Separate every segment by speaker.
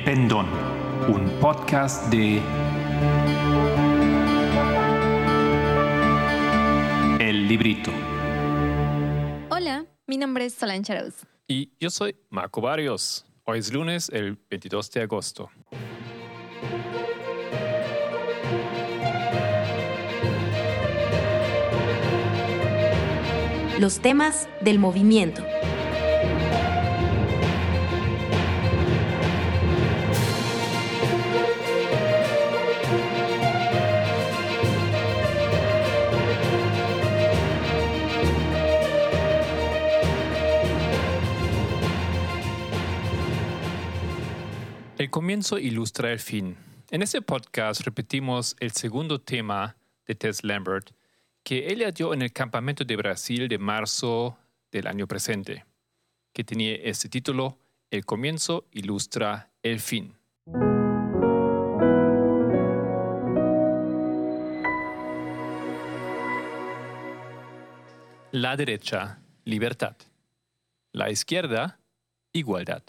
Speaker 1: Pendón, un podcast de El Librito.
Speaker 2: Hola, mi nombre es Solange Arauz.
Speaker 3: Y yo soy Marco Barrios. Hoy es lunes, el 22 de agosto.
Speaker 4: Los temas del movimiento.
Speaker 3: El comienzo ilustra el fin. En este podcast repetimos el segundo tema de Tess Lambert que ella dio en el campamento de Brasil de marzo del año presente, que tenía este título: El comienzo ilustra el fin. La derecha, libertad. La izquierda, igualdad.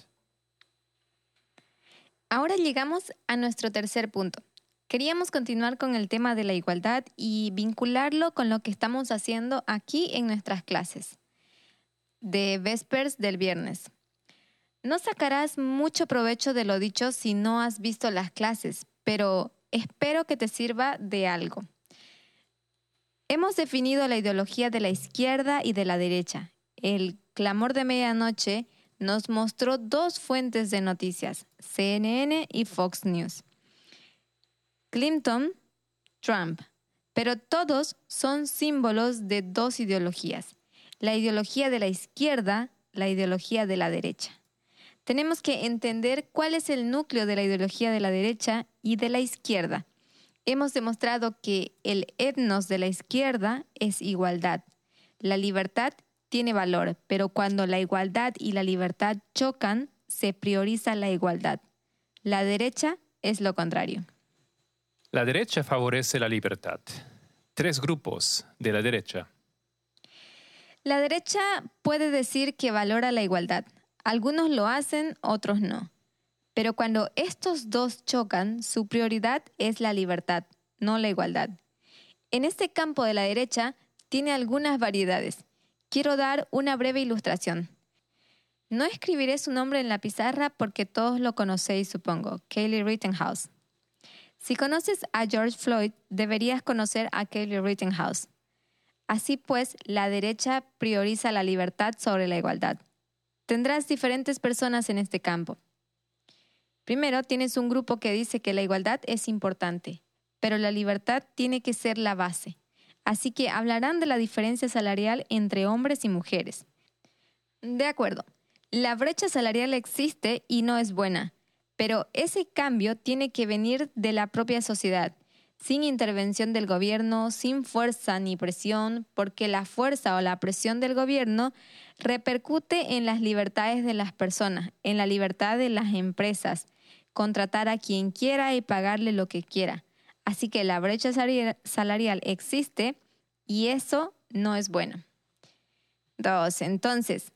Speaker 2: Ahora llegamos a nuestro tercer punto. Queríamos continuar con el tema de la igualdad y vincularlo con lo que estamos haciendo aquí en nuestras clases de Vespers del viernes. No sacarás mucho provecho de lo dicho si no has visto las clases, pero espero que te sirva de algo. Hemos definido la ideología de la izquierda y de la derecha. El clamor de medianoche nos mostró dos fuentes de noticias, CNN y Fox News. Clinton, Trump, pero todos son símbolos de dos ideologías, la ideología de la izquierda, la ideología de la derecha. Tenemos que entender cuál es el núcleo de la ideología de la derecha y de la izquierda. Hemos demostrado que el etnos de la izquierda es igualdad. La libertad tiene valor, pero cuando la igualdad y la libertad chocan, se prioriza la igualdad. La derecha es lo contrario.
Speaker 3: La derecha favorece la libertad. Tres grupos de la derecha.
Speaker 2: La derecha puede decir que valora la igualdad. Algunos lo hacen, otros no. Pero cuando estos dos chocan, su prioridad es la libertad, no la igualdad. En este campo de la derecha tiene algunas variedades. Quiero dar una breve ilustración. No escribiré su nombre en la pizarra porque todos lo conocéis, supongo, Kaylee Rittenhouse. Si conoces a George Floyd, deberías conocer a Kaylee Rittenhouse. Así pues, la derecha prioriza la libertad sobre la igualdad. Tendrás diferentes personas en este campo. Primero, tienes un grupo que dice que la igualdad es importante, pero la libertad tiene que ser la base. Así que hablarán de la diferencia salarial entre hombres y mujeres. De acuerdo, la brecha salarial existe y no es buena, pero ese cambio tiene que venir de la propia sociedad, sin intervención del gobierno, sin fuerza ni presión, porque la fuerza o la presión del gobierno repercute en las libertades de las personas, en la libertad de las empresas, contratar a quien quiera y pagarle lo que quiera. Así que la brecha salarial existe y eso no es bueno. Entonces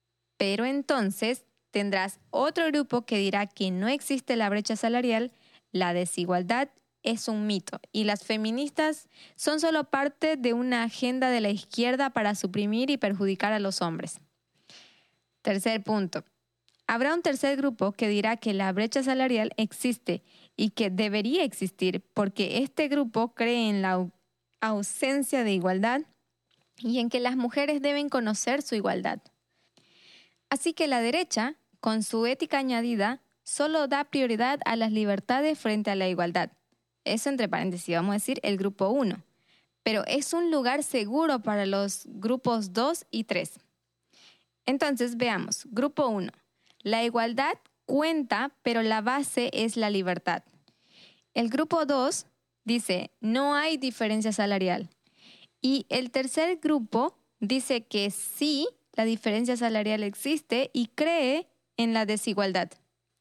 Speaker 2: tendrás otro grupo que dirá que no existe la brecha salarial, la desigualdad es un mito y las feministas son solo parte de una agenda de la izquierda para suprimir y perjudicar a los hombres. Tercer punto. Habrá un tercer grupo que dirá que la brecha salarial existe y que debería existir porque este grupo cree en la ausencia de igualdad y en que las mujeres deben conocer su igualdad. Así que la derecha, con su ética añadida, solo da prioridad a las libertades frente a la igualdad. Eso entre paréntesis, vamos a decir el grupo 1. Pero es un lugar seguro para los grupos 2 y 3. Entonces veamos, grupo 1. La igualdad cuenta, pero la base es la libertad. El grupo 2 dice, no hay diferencia salarial. Y el tercer grupo dice que sí, la diferencia salarial existe y cree en la desigualdad.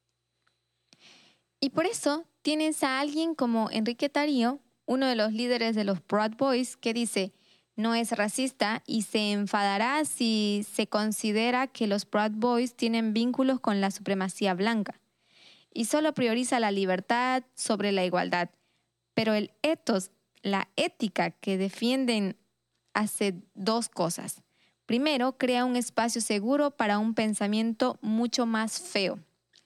Speaker 2: Y por eso tienes a alguien como Enrique Tarrio, uno de los líderes de los Proud Boys, que dice, no es racista y se enfadará si se considera que los Proud Boys tienen vínculos con la supremacía blanca. y solo prioriza la libertad sobre la igualdad. Pero el ethos, la ética que defienden, hace dos cosas. Primero, crea un espacio seguro para un pensamiento mucho más feo.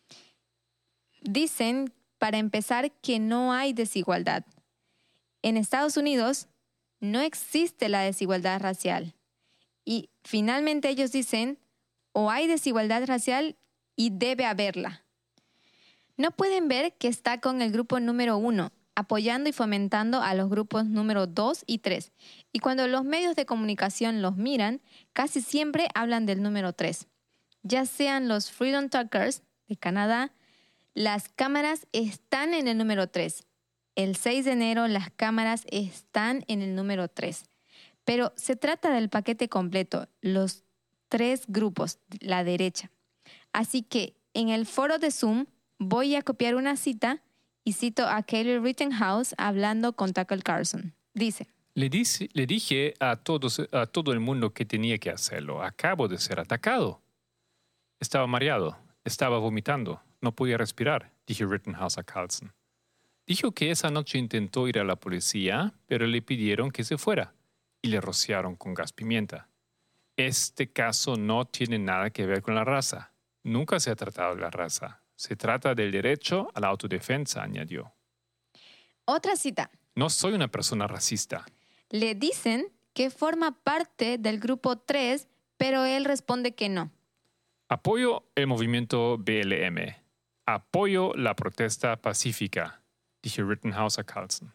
Speaker 2: Dicen, para empezar, que no hay desigualdad. En Estados Unidos no existe la desigualdad racial. Y finalmente ellos dicen, o hay desigualdad racial y debe haberla. No pueden ver que está con el grupo número 1, apoyando y fomentando a los grupos número 2 y 3. Y cuando los medios de comunicación los miran, casi siempre hablan del número 3. Ya sean los Freedom Talkers de Canadá, las cámaras están en el número 3. El 6 de enero las cámaras están en el número 3. Pero se trata del paquete completo, los 3 grupos, la derecha. Así que en el foro de Zoom voy a copiar una cita y cito a Kayleigh Rittenhouse hablando con Tucker Carlson. Dice:
Speaker 3: Le dije a todo el mundo que tenía que hacerlo. Acabo de ser atacado. Estaba mareado, estaba vomitando, no podía respirar, dijo Rittenhouse a Carlson. Dijo que esa noche intentó ir a la policía, pero le pidieron que se fuera y le rociaron con gas pimienta. Este caso no tiene nada que ver con la raza. Nunca se ha tratado de la raza. Se trata del derecho a la autodefensa, añadió.
Speaker 2: Otra cita.
Speaker 3: No soy una persona racista.
Speaker 2: Le dicen que forma parte del grupo 3, pero él responde que no.
Speaker 3: Apoyo el movimiento BLM. Apoyo la protesta pacífica, dijo Rittenhouse a Carlson.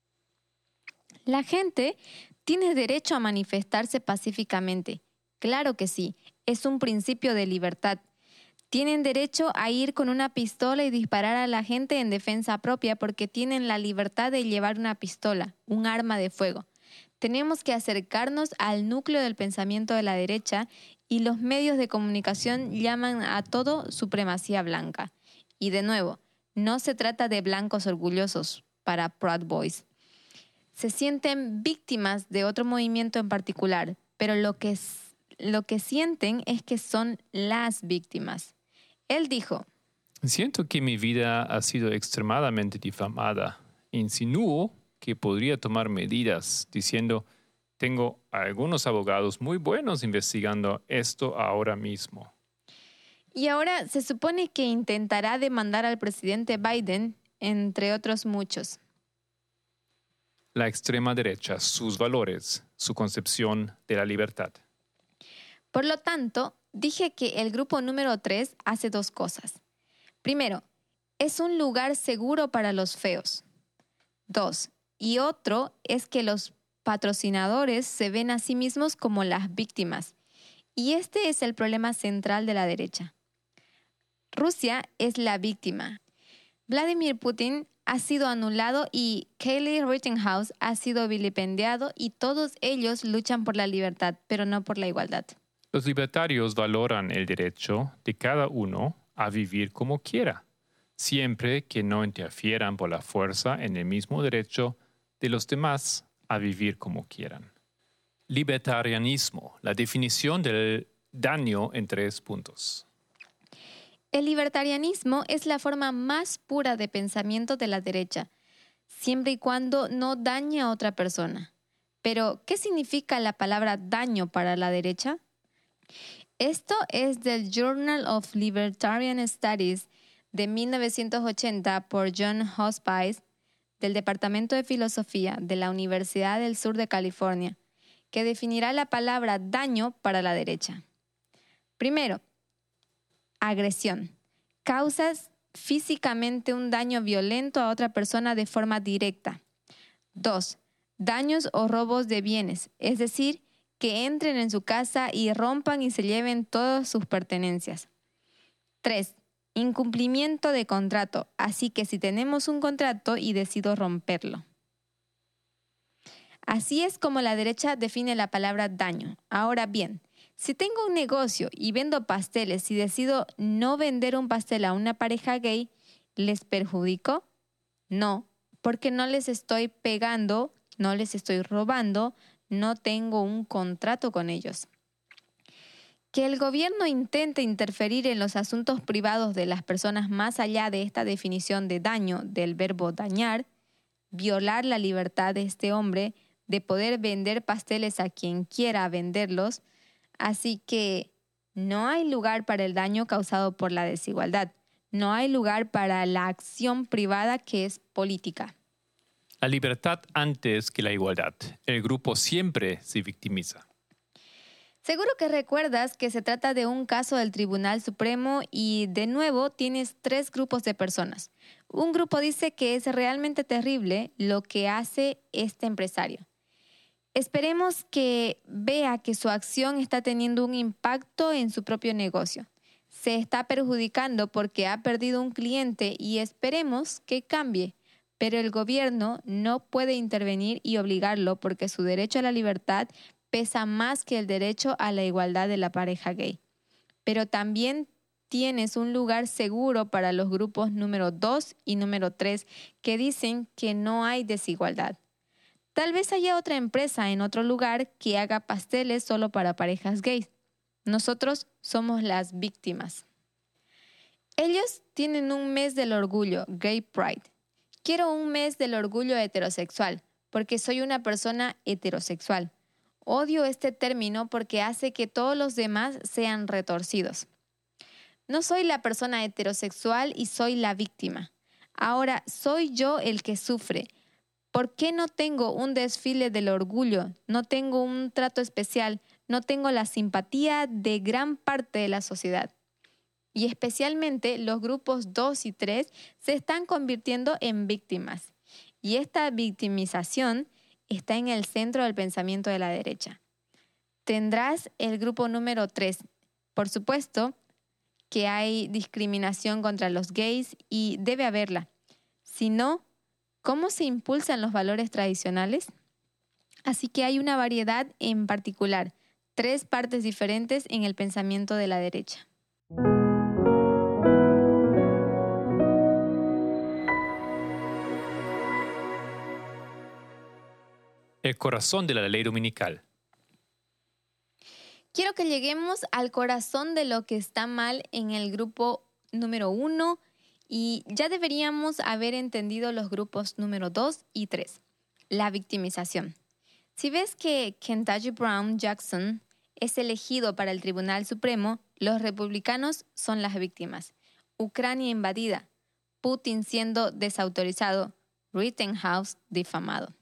Speaker 2: La gente tiene derecho a manifestarse pacíficamente. Claro que sí, es un principio de libertad. Tienen derecho a ir con una pistola y disparar a la gente en defensa propia porque tienen la libertad de llevar una pistola, un arma de fuego. Tenemos que acercarnos al núcleo del pensamiento de la derecha y los medios de comunicación llaman a todo supremacía blanca. Y de nuevo, no se trata de blancos orgullosos para Proud Boys. Se sienten víctimas de otro movimiento en particular, pero lo que sienten es que son las víctimas. Él dijo:
Speaker 3: Siento que mi vida ha sido extremadamente difamada. Insinúo que podría tomar medidas diciendo, tengo a algunos abogados muy buenos investigando esto ahora mismo.
Speaker 2: Y ahora se supone que intentará demandar al presidente Biden, entre otros muchos.
Speaker 3: La extrema derecha, sus valores, su concepción de la libertad.
Speaker 2: Por lo tanto, dije que el grupo número 3 hace dos cosas. Primero, es un lugar seguro para los feos. 2. Y otro es que los patrocinadores se ven a sí mismos como las víctimas. Y este es el problema central de la derecha. Rusia es la víctima. Vladimir Putin ha sido anulado y Kayleigh Rittenhouse ha sido vilipendiado y todos ellos luchan por la libertad, pero no por la igualdad.
Speaker 3: Los libertarios valoran el derecho de cada uno a vivir como quiera, siempre que no interfieran por la fuerza en el mismo derecho de los demás a vivir como quieran. Libertarianismo, la definición del daño en 3 puntos.
Speaker 2: El libertarianismo es la forma más pura de pensamiento de la derecha, siempre y cuando no dañe a otra persona. Pero, ¿qué significa la palabra daño para la derecha? Esto es del Journal of Libertarian Studies de 1980 por John Hospice del Departamento de Filosofía de la Universidad del Sur de California, que definirá la palabra daño para la derecha. Primero, agresión. Causas físicamente un daño violento a otra persona de forma directa. 2. Daños o robos de bienes, es decir, que entren en su casa y rompan y se lleven todas sus pertenencias. 3. Incumplimiento de contrato, así que si tenemos un contrato y decido romperlo. Así es como la derecha define la palabra daño. Ahora bien, si tengo un negocio y vendo pasteles y decido no vender un pastel a una pareja gay, ¿les perjudico? No, porque no les estoy pegando, no les estoy robando, no tengo un contrato con ellos. Que el gobierno intente interferir en los asuntos privados de las personas más allá de esta definición de daño del verbo dañar, violar la libertad de este hombre de poder vender pasteles a quien quiera venderlos, así que no hay lugar para el daño causado por la desigualdad, no hay lugar para la acción privada que es política.
Speaker 3: La libertad antes que la igualdad. El grupo siempre se victimiza.
Speaker 2: Seguro que recuerdas que se trata de un caso del Tribunal Supremo y de nuevo tienes 3 grupos de personas. Un grupo dice que es realmente terrible lo que hace este empresario. Esperemos que vea que su acción está teniendo un impacto en su propio negocio. Se está perjudicando porque ha perdido un cliente y esperemos que cambie. Pero el gobierno no puede intervenir y obligarlo porque su derecho a la libertad pesa más que el derecho a la igualdad de la pareja gay. Pero también tienes un lugar seguro para los grupos número 2 y número 3 que dicen que no hay desigualdad. Tal vez haya otra empresa en otro lugar que haga pasteles solo para parejas gays. Nosotros somos las víctimas. Ellos tienen un mes del orgullo, Gay Pride. Quiero un mes del orgullo heterosexual, porque soy una persona heterosexual. Odio este término porque hace que todos los demás sean retorcidos. No soy la persona heterosexual y soy la víctima. Ahora soy yo el que sufre. ¿Por qué no tengo un desfile del orgullo? No tengo un trato especial. No tengo la simpatía de gran parte de la sociedad. Y especialmente los grupos 2 y 3 se están convirtiendo en víctimas. Y esta victimización está en el centro del pensamiento de la derecha. Tendrás el grupo número 3. Por supuesto que hay discriminación contra los gays y debe haberla. Si no, ¿cómo se impulsan los valores tradicionales? Así que hay una variedad en particular, 3 partes diferentes en el pensamiento de la derecha.
Speaker 3: El corazón de la ley dominical.
Speaker 2: Quiero que lleguemos al corazón de lo que está mal en el grupo número 1 y ya deberíamos haber entendido los grupos número 2 y 3. La victimización. Si ves que Ketanji Brown Jackson es elegido para el Tribunal Supremo, los republicanos son las víctimas. Ucrania invadida, Putin siendo desautorizado, Rittenhouse difamado.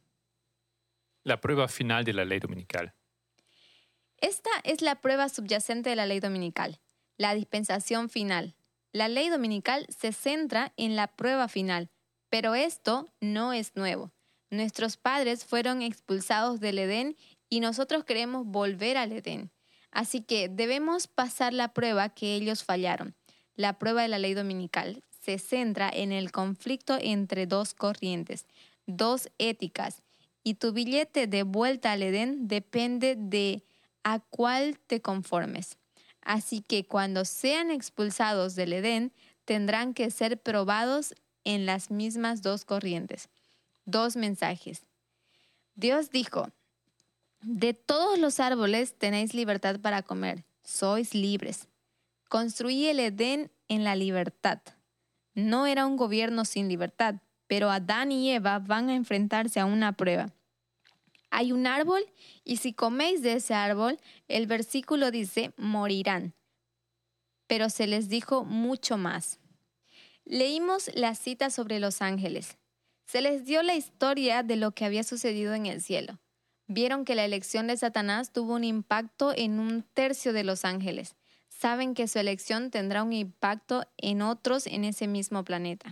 Speaker 3: La prueba final de la ley dominical.
Speaker 2: Esta es la prueba subyacente de la ley dominical, la dispensación final. La ley dominical se centra en la prueba final, pero esto no es nuevo. Nuestros padres fueron expulsados del Edén y nosotros queremos volver al Edén. Así que debemos pasar la prueba que ellos fallaron. La prueba de la ley dominical se centra en el conflicto entre 2 corrientes, 2 éticas, y tu billete de vuelta al Edén depende de a cuál te conformes. Así que cuando sean expulsados del Edén, tendrán que ser probados en las mismas 2 corrientes. 2 mensajes. Dios dijo, de todos los árboles tenéis libertad para comer, sois libres. Construí el Edén en la libertad. No era un gobierno sin libertad, pero Adán y Eva van a enfrentarse a una prueba. Hay un árbol y si coméis de ese árbol, el versículo dice, morirán. Pero se les dijo mucho más. Leímos la cita sobre los ángeles. Se les dio la historia de lo que había sucedido en el cielo. Vieron que la elección de Satanás tuvo un impacto en 1/3 de los ángeles. Saben que su elección tendrá un impacto en otros en ese mismo planeta.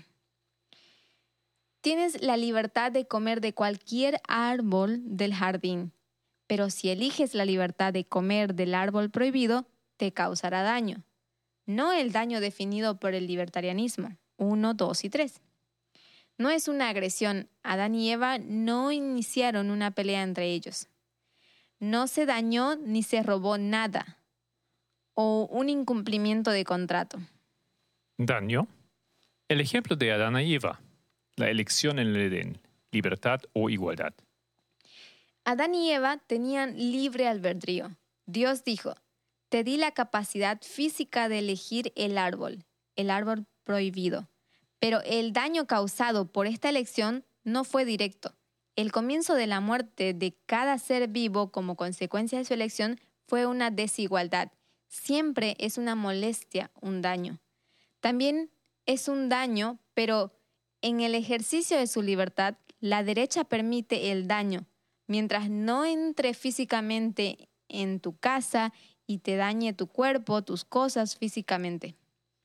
Speaker 2: Tienes la libertad de comer de cualquier árbol del jardín, pero si eliges la libertad de comer del árbol prohibido, te causará daño. No el daño definido por el libertarianismo, 1, 2 y 3. No es una agresión. Adán y Eva no iniciaron una pelea entre ellos. No se dañó ni se robó nada o un incumplimiento de contrato.
Speaker 3: Daño. El ejemplo de Adán y Eva. La elección en el Edén. Libertad o igualdad.
Speaker 2: Adán y Eva tenían libre albedrío. Dios dijo, te di la capacidad física de elegir el árbol prohibido. Pero el daño causado por esta elección no fue directo. El comienzo de la muerte de cada ser vivo como consecuencia de su elección fue una desigualdad. Siempre es una molestia, un daño. También es un daño, pero en el ejercicio de su libertad, la derecha permite el daño, mientras no entre físicamente en tu casa y te dañe tu cuerpo, tus cosas físicamente.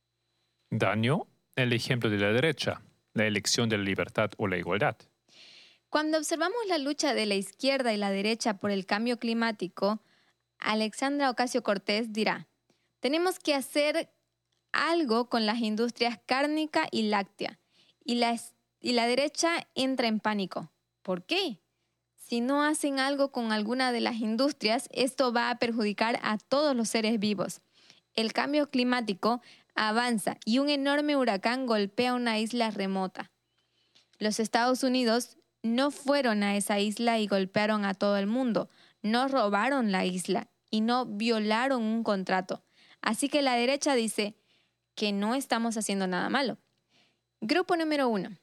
Speaker 3: Daño, el ejemplo de la derecha, la elección de la libertad o la igualdad.
Speaker 2: Cuando observamos la lucha de la izquierda y la derecha por el cambio climático, Alexandra Ocasio-Cortez dirá, tenemos que hacer algo con las industrias cárnica y láctea. Y la derecha entra en pánico. ¿Por qué? Si no hacen algo con alguna de las industrias, esto va a perjudicar a todos los seres vivos. El cambio climático avanza y un enorme huracán golpea una isla remota. Los Estados Unidos no fueron a esa isla y golpearon a todo el mundo. No robaron la isla y no violaron un contrato. Así que la derecha dice que no estamos haciendo nada malo. Grupo número 1.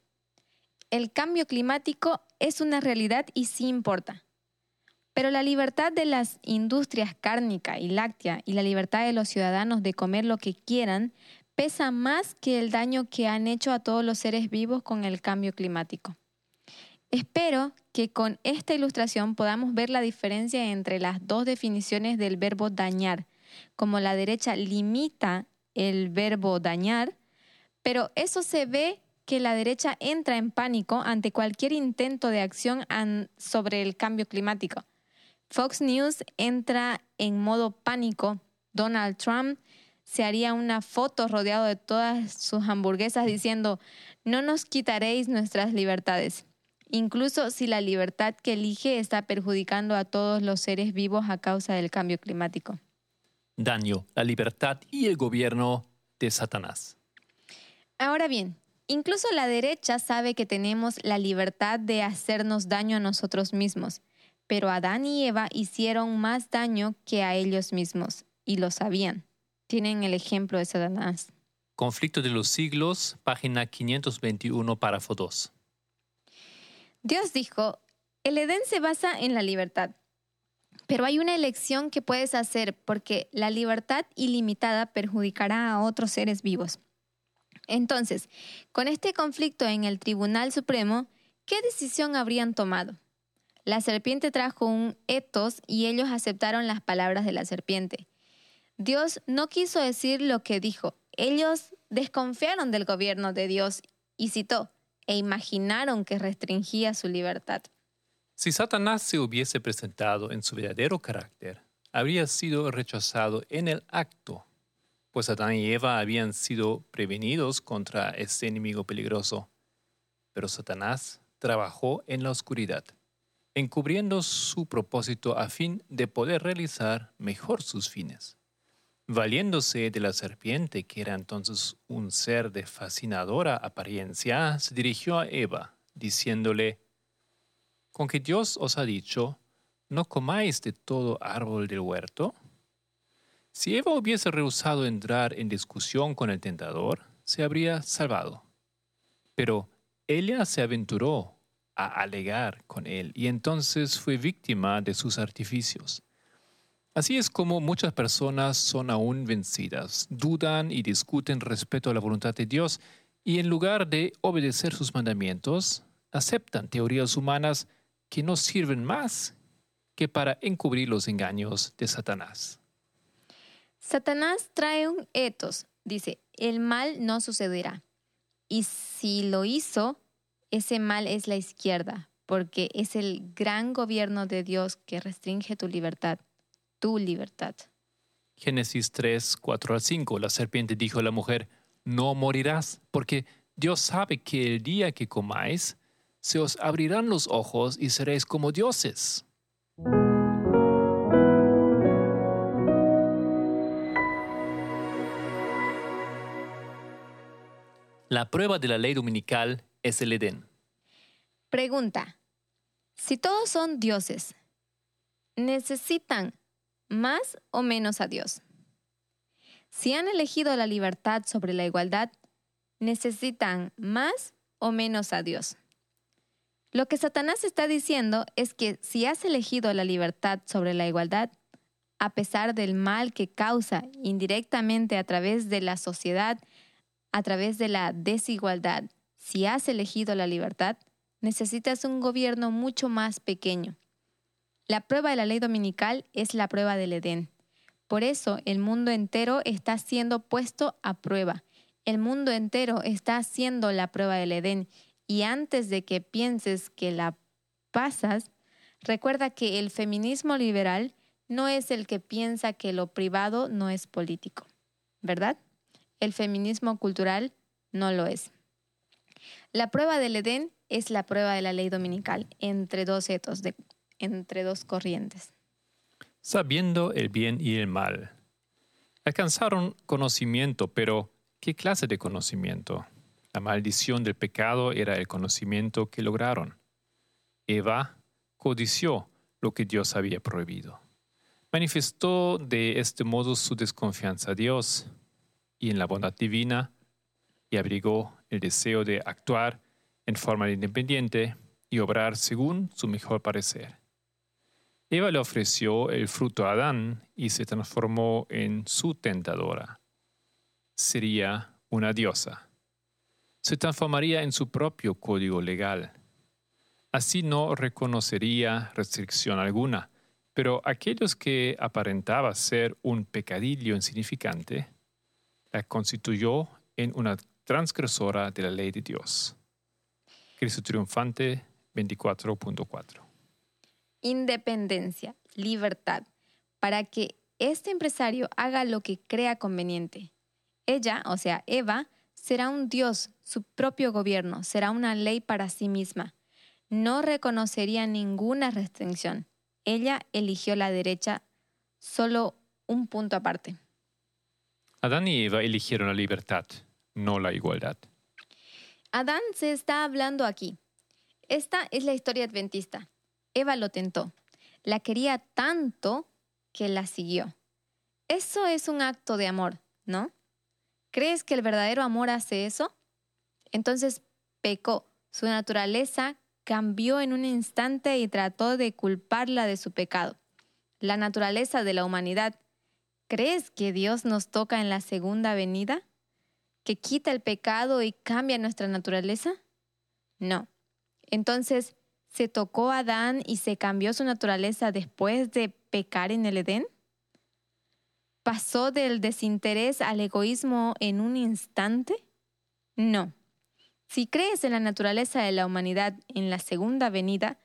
Speaker 2: El cambio climático es una realidad y sí importa. Pero la libertad de las industrias cárnica y láctea y la libertad de los ciudadanos de comer lo que quieran pesa más que el daño que han hecho a todos los seres vivos con el cambio climático. Espero que con esta ilustración podamos ver la diferencia entre las dos definiciones del verbo dañar, como la derecha limita el verbo dañar, pero eso se ve que la derecha entra en pánico ante cualquier intento de acción sobre el cambio climático. Fox News entra en modo pánico. Donald Trump se haría una foto rodeado de todas sus hamburguesas diciendo, no nos quitaréis nuestras libertades, incluso si la libertad que elige está perjudicando a todos los seres vivos a causa del cambio climático.
Speaker 3: Daño, la libertad y el gobierno de Satanás.
Speaker 2: Ahora bien, incluso la derecha sabe que tenemos la libertad de hacernos daño a nosotros mismos, pero Adán y Eva hicieron más daño que a ellos mismos, y lo sabían. Tienen el ejemplo de Satanás.
Speaker 3: Conflicto de los siglos, página 521, párrafo 2.
Speaker 2: Dios dijo, el Edén se basa en la libertad, pero hay una elección que puedes hacer porque la libertad ilimitada perjudicará a otros seres vivos. Entonces, con este conflicto en el Tribunal Supremo, ¿qué decisión habrían tomado? La serpiente trajo un etos y ellos aceptaron las palabras de la serpiente. Dios no quiso decir lo que dijo. Ellos desconfiaron del gobierno de Dios y citó, e imaginaron que restringía su libertad.
Speaker 3: Si Satanás se hubiese presentado en su verdadero carácter, habría sido rechazado en el acto, pues Adán y Eva habían sido prevenidos contra este enemigo peligroso. Pero Satanás trabajó en la oscuridad, encubriendo su propósito a fin de poder realizar mejor sus fines. Valiéndose de la serpiente, que era entonces un ser de fascinadora apariencia, se dirigió a Eva, diciéndole, ¿con que Dios os ha dicho, no comáis de todo árbol del huerto? Si Eva hubiese rehusado entrar en discusión con el tentador, se habría salvado. Pero ella se aventuró a alegar con él y entonces fue víctima de sus artificios. Así es como muchas personas son aún vencidas, dudan y discuten respecto a la voluntad de Dios y en lugar de obedecer sus mandamientos, aceptan teorías humanas que no sirven más que para encubrir los engaños de Satanás.
Speaker 2: Satanás trae un etos, dice, el mal no sucederá. Y si lo hizo, ese mal es la izquierda, porque es el gran gobierno de Dios que restringe tu libertad.
Speaker 3: Génesis 3, 4 al 5. La serpiente dijo a la mujer, no morirás, porque Dios sabe que el día que comáis, se os abrirán los ojos y seréis como dioses. La prueba de la ley dominical es el Edén.
Speaker 2: Pregunta, si todos son dioses, ¿necesitan más o menos a Dios? Si han elegido la libertad sobre la igualdad, necesitan más o menos a Dios. Lo que Satanás está diciendo es que si has elegido la libertad sobre la igualdad, a pesar del mal que causa indirectamente a través de la sociedad, a través de la desigualdad, si has elegido la libertad, necesitas un gobierno mucho más pequeño. La prueba de la ley dominical es la prueba del Edén. Por eso el mundo entero está siendo puesto a prueba. El mundo entero está haciendo la prueba del Edén. Y antes de que pienses que la pasas, recuerda que el feminismo liberal no es el que piensa que lo privado no es político, ¿verdad? El feminismo cultural no lo es. La prueba del Edén es la prueba de la ley dominical entre dos etos, entre dos corrientes.
Speaker 3: Sabiendo el bien y el mal. Alcanzaron conocimiento, pero ¿qué clase de conocimiento? La maldición del pecado era el conocimiento que lograron. Eva codició lo que Dios había prohibido. Manifestó de este modo su desconfianza a Dios y en la bondad divina y abrigó el deseo de actuar en forma independiente y obrar según su mejor parecer. Eva le ofreció el fruto a Adán y se transformó en su tentadora. Sería una diosa. Se transformaría en su propio código legal. Así no reconocería restricción alguna, pero aquellos que aparentaba ser un pecadillo insignificante, la constituyó en una transgresora de la ley de Dios. Cristo triunfante 24.4.
Speaker 2: Independencia, libertad, para que este empresario haga lo que crea conveniente. Ella, o sea, Eva, será un Dios, su propio gobierno, será una ley para sí misma. No reconocería ninguna restricción. Ella eligió la derecha, solo un punto aparte.
Speaker 3: Adán y Eva eligieron la libertad, no la igualdad.
Speaker 2: Adán se está hablando aquí. Esta es la historia adventista. Eva lo tentó. La quería tanto que la siguió. Eso es un acto de amor, ¿no? ¿Crees que el verdadero amor hace eso? Entonces pecó. Su naturaleza cambió en un instante y trató de culparla de su pecado. La naturaleza de la humanidad. ¿Crees que Dios nos toca en la segunda venida? ¿Que quita el pecado y cambia nuestra naturaleza? No. Entonces, ¿se tocó a Adán y se cambió su naturaleza después de pecar en el Edén? ¿Pasó del desinterés al egoísmo en un instante? No. Si crees en la naturaleza de la humanidad en la segunda venida,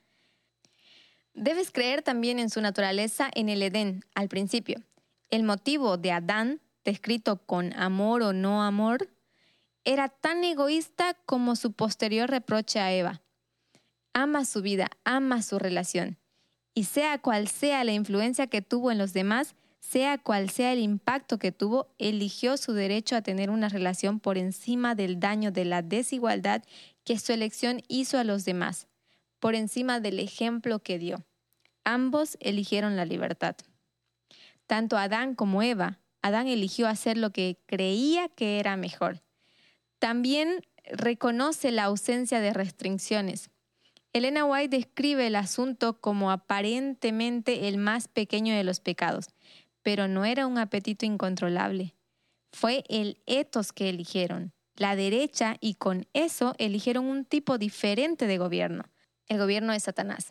Speaker 2: debes creer también en su naturaleza en el Edén, al principio. El motivo de Adán, descrito con amor o no amor, era tan egoísta como su posterior reproche a Eva. Ama su vida, ama su relación. Y sea cual sea la influencia que tuvo en los demás, sea cual sea el impacto que tuvo, eligió su derecho a tener una relación por encima del daño de la desigualdad que su elección hizo a los demás, por encima del ejemplo que dio. Ambos eligieron la libertad. Tanto Adán como Eva, Adán eligió hacer lo que creía que era mejor. También reconoce la ausencia de restricciones. Elena White describe el asunto como aparentemente el más pequeño de los pecados, pero no era un apetito incontrolable. Fue el etos que eligieron, la derecha, y con eso eligieron un tipo diferente de gobierno, el gobierno de Satanás.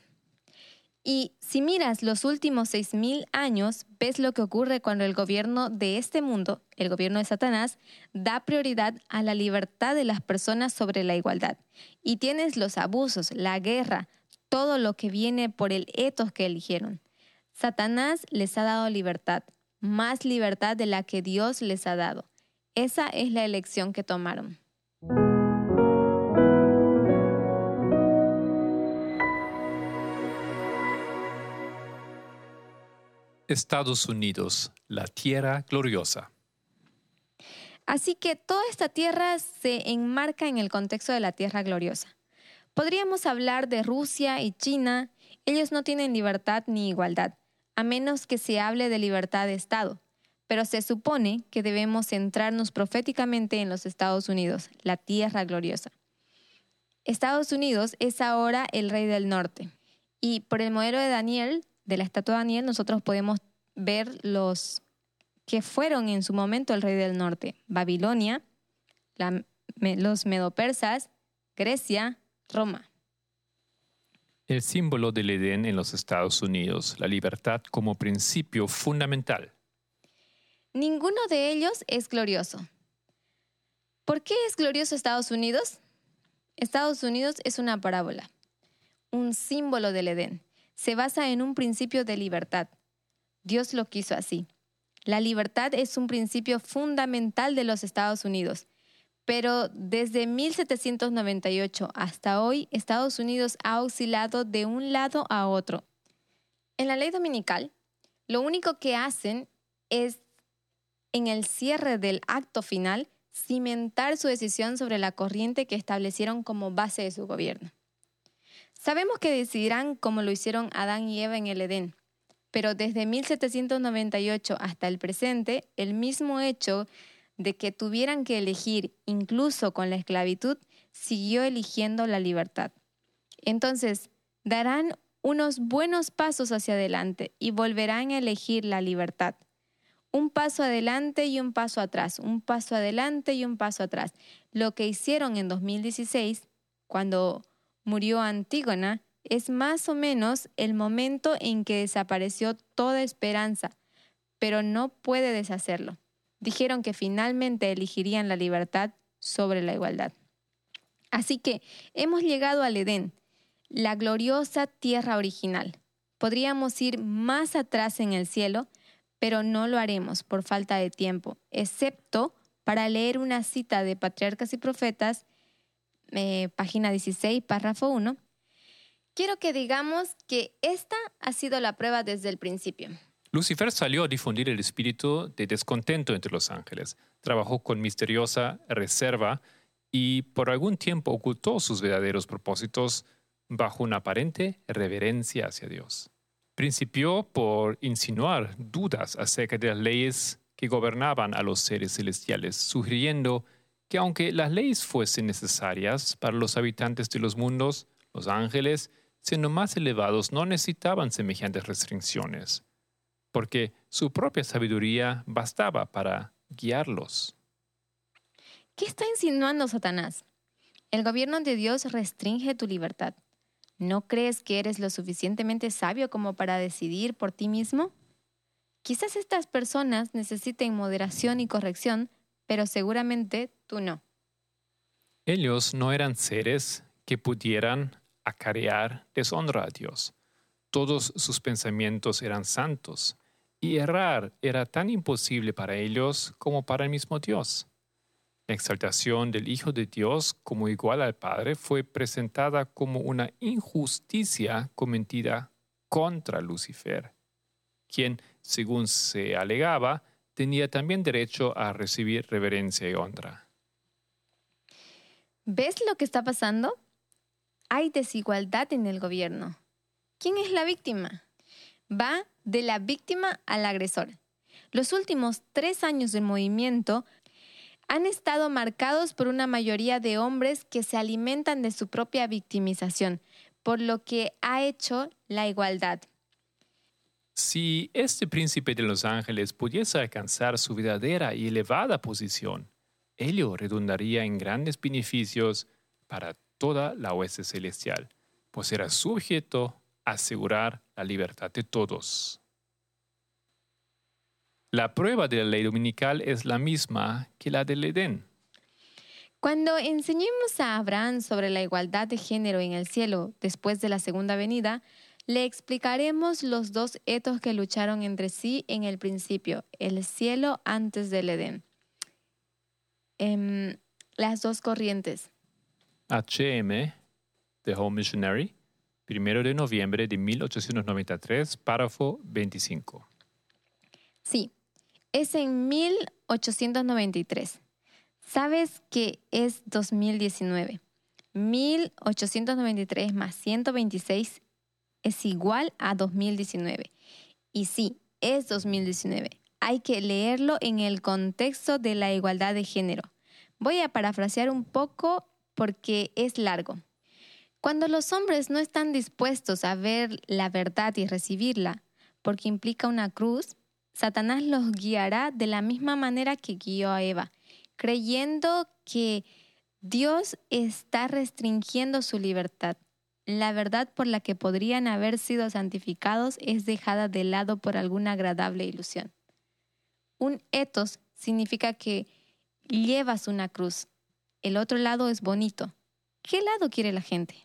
Speaker 2: Y si miras los últimos 6,000 años, ves lo que ocurre cuando el gobierno de este mundo, el gobierno de Satanás, da prioridad a la libertad de las personas sobre la igualdad. Y tienes los abusos, la guerra, todo lo que viene por el etos que eligieron. Satanás les ha dado libertad, más libertad de la que Dios les ha dado. Esa es la elección que tomaron.
Speaker 3: Estados Unidos, la tierra gloriosa.
Speaker 2: Así que toda esta tierra se enmarca en el contexto de la tierra gloriosa. Podríamos hablar de Rusia y China. Ellos no tienen libertad ni igualdad, a menos que se hable de libertad de Estado. pero se supone que debemos centrarnos proféticamente en los Estados Unidos, la tierra gloriosa. Estados Unidos es ahora el rey del norte. Y por el modelo de Daniel, de la estatua de Daniel, nosotros podemos ver los que fueron en su momento el rey del norte. Babilonia, los medopersas, Grecia, Roma.
Speaker 3: El símbolo del Edén en los Estados Unidos, la libertad como principio fundamental.
Speaker 2: Ninguno de ellos es glorioso. ¿Por qué es glorioso Estados Unidos? Estados Unidos es una parábola, un símbolo del Edén. Se basa en un principio de libertad. Dios lo quiso así. La libertad es un principio fundamental de los Estados Unidos. Pero desde 1798 hasta hoy, Estados Unidos ha oscilado de un lado a otro. En la ley dominical, lo único que hacen es, en el cierre del acto final, cimentar su decisión sobre la corriente que establecieron como base de su gobierno. Sabemos que decidirán como lo hicieron Adán y Eva en el Edén, pero desde 1798 hasta el presente, el mismo hecho de que tuvieran que elegir, incluso con la esclavitud, siguió eligiendo la libertad. Entonces, darán unos buenos pasos hacia adelante y volverán a elegir la libertad. Un paso adelante y un paso atrás, un paso adelante y un paso atrás. Lo que hicieron en 2016, cuando murió Antígona, es más o menos el momento en que desapareció toda esperanza, pero no puede deshacerlo. Dijeron que finalmente elegirían la libertad sobre la igualdad. Así que hemos llegado al Edén, la gloriosa tierra original. Podríamos ir más atrás en el cielo, pero no lo haremos por falta de tiempo, excepto para leer una cita de Patriarcas y Profetas, página 16, párrafo 1. Quiero que digamos que esta ha sido la prueba desde el principio.
Speaker 3: Lucifer salió a difundir el espíritu de descontento entre los ángeles. Trabajó con misteriosa reserva y por algún tiempo ocultó sus verdaderos propósitos bajo una aparente reverencia hacia Dios. Principió por insinuar dudas acerca de las leyes que gobernaban a los seres celestiales, sugiriendo que aunque las leyes fuesen necesarias para los habitantes de los mundos, los ángeles, siendo más elevados, no necesitaban semejantes restricciones, porque su propia sabiduría bastaba para guiarlos.
Speaker 2: ¿Qué está insinuando Satanás? El gobierno de Dios restringe tu libertad. ¿No crees que eres lo suficientemente sabio como para decidir por ti mismo? Quizás estas personas necesiten moderación y corrección, pero seguramente tú no.
Speaker 3: Ellos no eran seres que pudieran acarrear deshonra a Dios. Todos sus pensamientos eran santos, y errar era tan imposible para ellos como para el mismo Dios. La exaltación del Hijo de Dios como igual al Padre fue presentada como una injusticia cometida contra Lucifer, quien, según se alegaba, tenía también derecho a recibir reverencia y honra.
Speaker 2: ¿Ves lo que está pasando? Hay desigualdad en el gobierno. ¿Quién es la víctima? Va de la víctima al agresor. Los últimos 3 años del movimiento han estado marcados por una mayoría de hombres que se alimentan de su propia victimización, por lo que ha hecho la igualdad.
Speaker 3: Si este príncipe de los ángeles pudiese alcanzar su verdadera y elevada posición, ello redundaría en grandes beneficios para toda la hueste celestial, pues era su objeto asegurar la libertad de todos. La prueba de la ley dominical es la misma que la del Edén.
Speaker 2: Cuando enseñemos a Abraham sobre la igualdad de género en el cielo después de la segunda venida, le explicaremos los 2 etos que lucharon entre sí en el principio, el cielo antes del Edén. Las 2 corrientes.
Speaker 3: H.M. The Home Missionary, 1 de noviembre de 1893, párrafo 25.
Speaker 2: Sí, es en 1893. ¿Sabes que es 2019? 1893 más 126 es igual a 2019. Y sí, es 2019. hay que leerlo en el contexto de la igualdad de género. Voy a parafrasear un poco porque es largo. Cuando los hombres no están dispuestos a ver la verdad y recibirla, porque implica una cruz, Satanás los guiará de la misma manera que guió a Eva, creyendo que Dios está restringiendo su libertad. La verdad por la que podrían haber sido santificados es dejada de lado por alguna agradable ilusión. Un ethos significa que llevas una cruz. El otro lado es bonito. ¿Qué lado quiere la gente?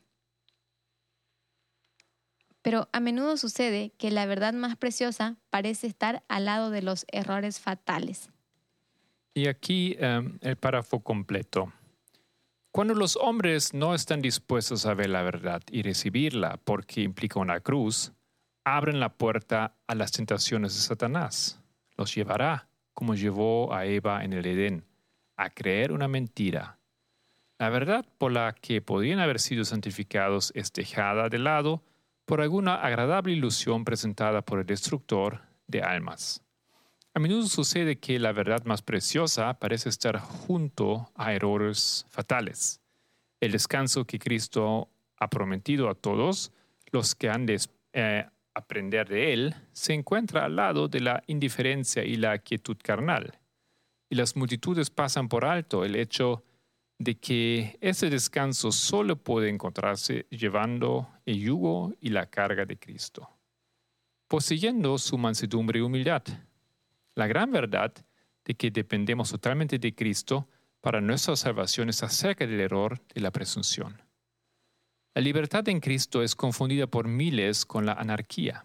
Speaker 2: Pero a menudo sucede que la verdad más preciosa parece estar al lado de los errores fatales.
Speaker 3: Y aquí el párrafo completo. Cuando los hombres no están dispuestos a ver la verdad y recibirla porque implica una cruz, abren la puerta a las tentaciones de Satanás. Los llevará, como llevó a Eva en el Edén, a creer una mentira. La verdad por la que podrían haber sido santificados es dejada de lado por alguna agradable ilusión presentada por el destructor de almas. A menudo sucede que la verdad más preciosa parece estar junto a errores fatales. El descanso que Cristo ha prometido a todos los que han de aprender de Él se encuentra al lado de la indiferencia y la quietud carnal. Y las multitudes pasan por alto el hecho de que ese descanso solo puede encontrarse llevando el yugo y la carga de Cristo, poseyendo su mansedumbre y humildad. La gran verdad de que dependemos totalmente de Cristo para nuestra salvación es acerca del error de la presunción. La libertad en Cristo es confundida por miles con la anarquía.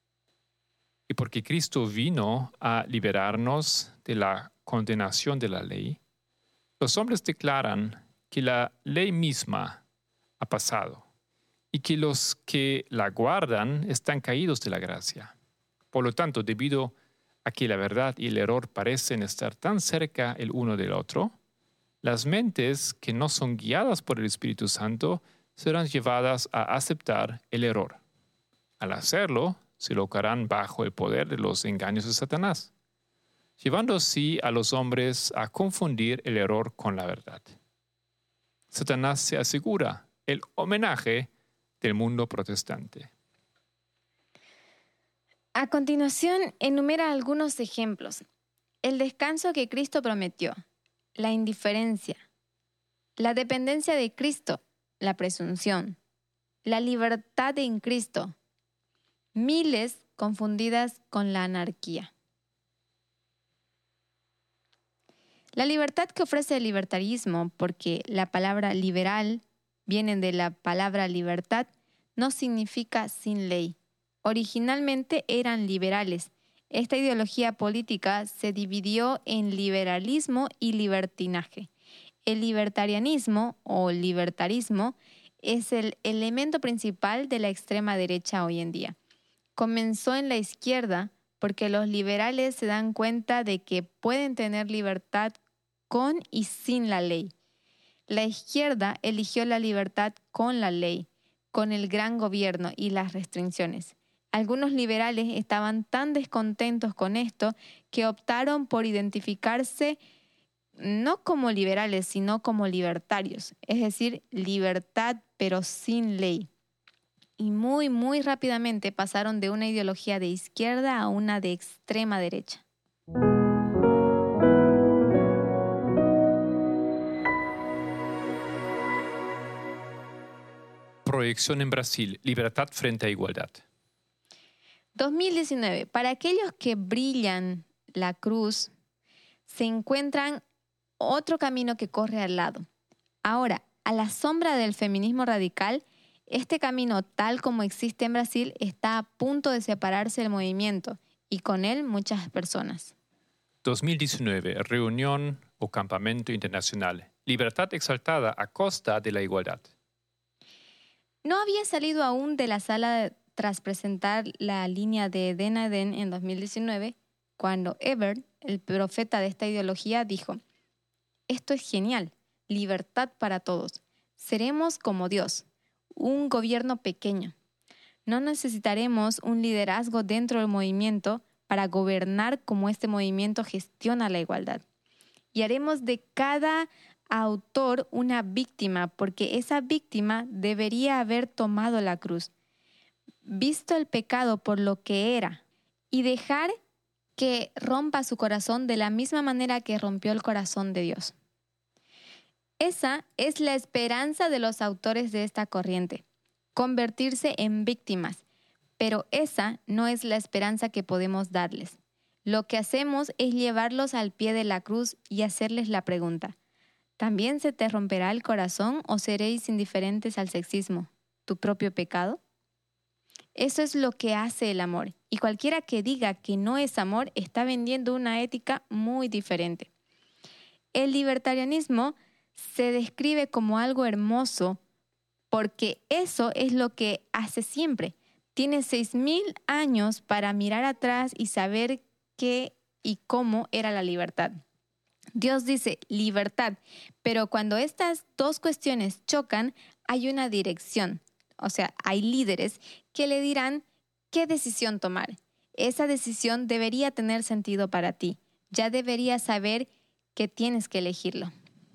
Speaker 3: Y porque Cristo vino a liberarnos de la condenación de la ley, los hombres declaran que la ley misma ha pasado y que los que la guardan están caídos de la gracia. Por lo tanto, debido a que la verdad y el error parecen estar tan cerca el uno del otro, las mentes que no son guiadas por el Espíritu Santo serán llevadas a aceptar el error. Al hacerlo, se colocarán bajo el poder de los engaños de Satanás, llevando así a los hombres a confundir el error con la verdad. Satanás se asegura el homenaje del mundo protestante.
Speaker 2: A continuación, enumera algunos ejemplos. El descanso que Cristo prometió, la indiferencia, la dependencia de Cristo, la presunción, la libertad en Cristo, miles confundidas con la anarquía. La libertad que ofrece el libertarismo, porque la palabra liberal viene de la palabra libertad, no significa sin ley. Originalmente eran liberales. Esta ideología política se dividió en liberalismo y libertinaje. El libertarianismo o libertarismo es el elemento principal de la extrema derecha hoy en día. Comenzó en la izquierda porque los liberales se dan cuenta de que pueden tener libertad con y sin la ley. La izquierda eligió la libertad con la ley, con el gran gobierno y las restricciones. Algunos liberales estaban tan descontentos con esto que optaron por identificarse no como liberales, sino como libertarios, es decir, libertad pero sin ley. Y muy rápidamente pasaron de una ideología de izquierda a una de extrema derecha.
Speaker 3: Proyección en Brasil, libertad frente a igualdad.
Speaker 2: 2019. Para aquellos que brillan la cruz, se encuentran otro camino que corre al lado. Ahora, a la sombra del feminismo radical, este camino, tal como existe en Brasil, está a punto de separarse del movimiento y con él muchas personas.
Speaker 3: 2019. Reunión o campamento internacional. Libertad exaltada a costa de la igualdad.
Speaker 2: No había salido aún de la sala tras presentar la línea de Edén a Edén en 2019, cuando Ebert, el profeta de esta ideología, dijo: «Esto es genial, libertad para todos. Seremos como Dios, un gobierno pequeño. No necesitaremos un liderazgo dentro del movimiento para gobernar cómo este movimiento gestiona la igualdad. Y haremos de cada autor una víctima, porque esa víctima debería haber tomado la cruz, visto el pecado por lo que era y dejar que rompa su corazón de la misma manera que rompió el corazón de Dios. Esa es la esperanza de los autores de esta corriente, convertirse en víctimas, pero esa no es la esperanza que podemos darles. Lo que hacemos es llevarlos al pie de la cruz y hacerles la pregunta: ¿también se te romperá el corazón o seréis indiferentes al sexismo, tu propio pecado? Eso es lo que hace el amor, y cualquiera que diga que no es amor está vendiendo una ética muy diferente. El libertarianismo se describe como algo hermoso porque eso es lo que hace siempre. Tiene 6,000 años para mirar atrás y saber qué y cómo era la libertad. Dios dice libertad, pero cuando estas dos cuestiones chocan, hay una dirección. O sea, hay líderes que le dirán qué decisión tomar. Esa decisión debería tener sentido para ti. Ya deberías saber que tienes que elegirlo.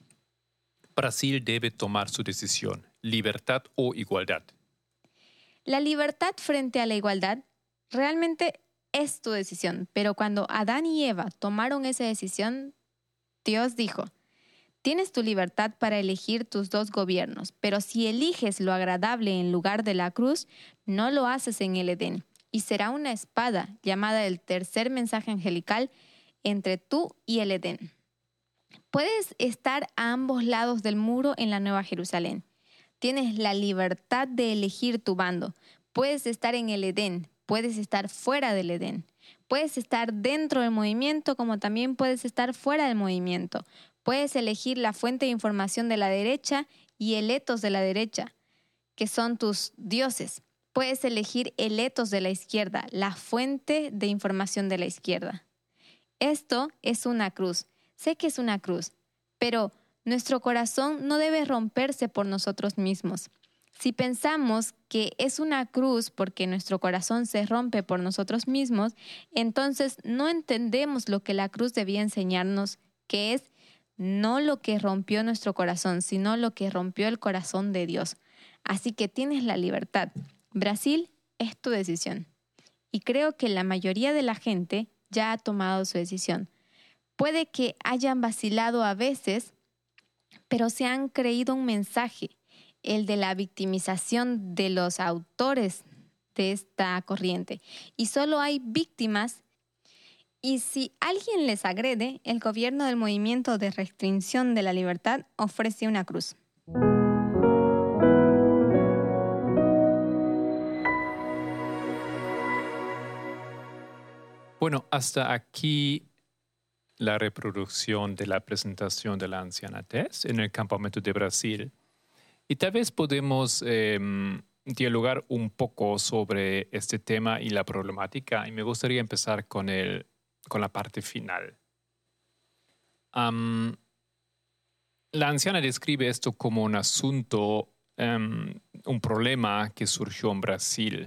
Speaker 3: Brasil debe tomar su decisión, libertad o igualdad.
Speaker 2: La libertad frente a la igualdad realmente es tu decisión, pero cuando Adán y Eva tomaron esa decisión, Dios dijo: tienes tu libertad para elegir tus dos gobiernos, pero si eliges lo agradable en lugar de la cruz, no lo haces en el Edén, y será una espada llamada el tercer mensaje angelical entre tú y el Edén. Puedes estar a ambos lados del muro en la Nueva Jerusalén. Tienes la libertad de elegir tu bando. Puedes estar en el Edén, puedes estar fuera del Edén. Puedes estar dentro del movimiento como también puedes estar fuera del movimiento. Puedes elegir la fuente de información de la derecha y el etos de la derecha, que son tus dioses. Puedes elegir el etos de la izquierda, la fuente de información de la izquierda. Esto es una cruz. Sé que es una cruz, pero nuestro corazón no debe romperse por nosotros mismos. Si pensamos que es una cruz porque nuestro corazón se rompe por nosotros mismos, entonces no entendemos lo que la cruz debía enseñarnos, que es no lo que rompió nuestro corazón, sino lo que rompió el corazón de Dios. Así que tienes la libertad. Brasil es tu decisión. Y creo que la mayoría de la gente ya ha tomado su decisión. Puede que hayan vacilado a veces, pero se han creído un mensaje, el de la victimización de los autores de esta corriente. Y solo hay víctimas. Y si alguien les agrede, el gobierno del movimiento de restricción de la libertad ofrece una cruz.
Speaker 3: Bueno, hasta aquí la reproducción de la presentación de la anciana Tess en el campamento de Brasil. Y tal vez podemos dialogar un poco sobre este tema y la problemática. Y me gustaría empezar con la parte final. La anciana describe esto como un asunto, un problema que surgió en Brasil.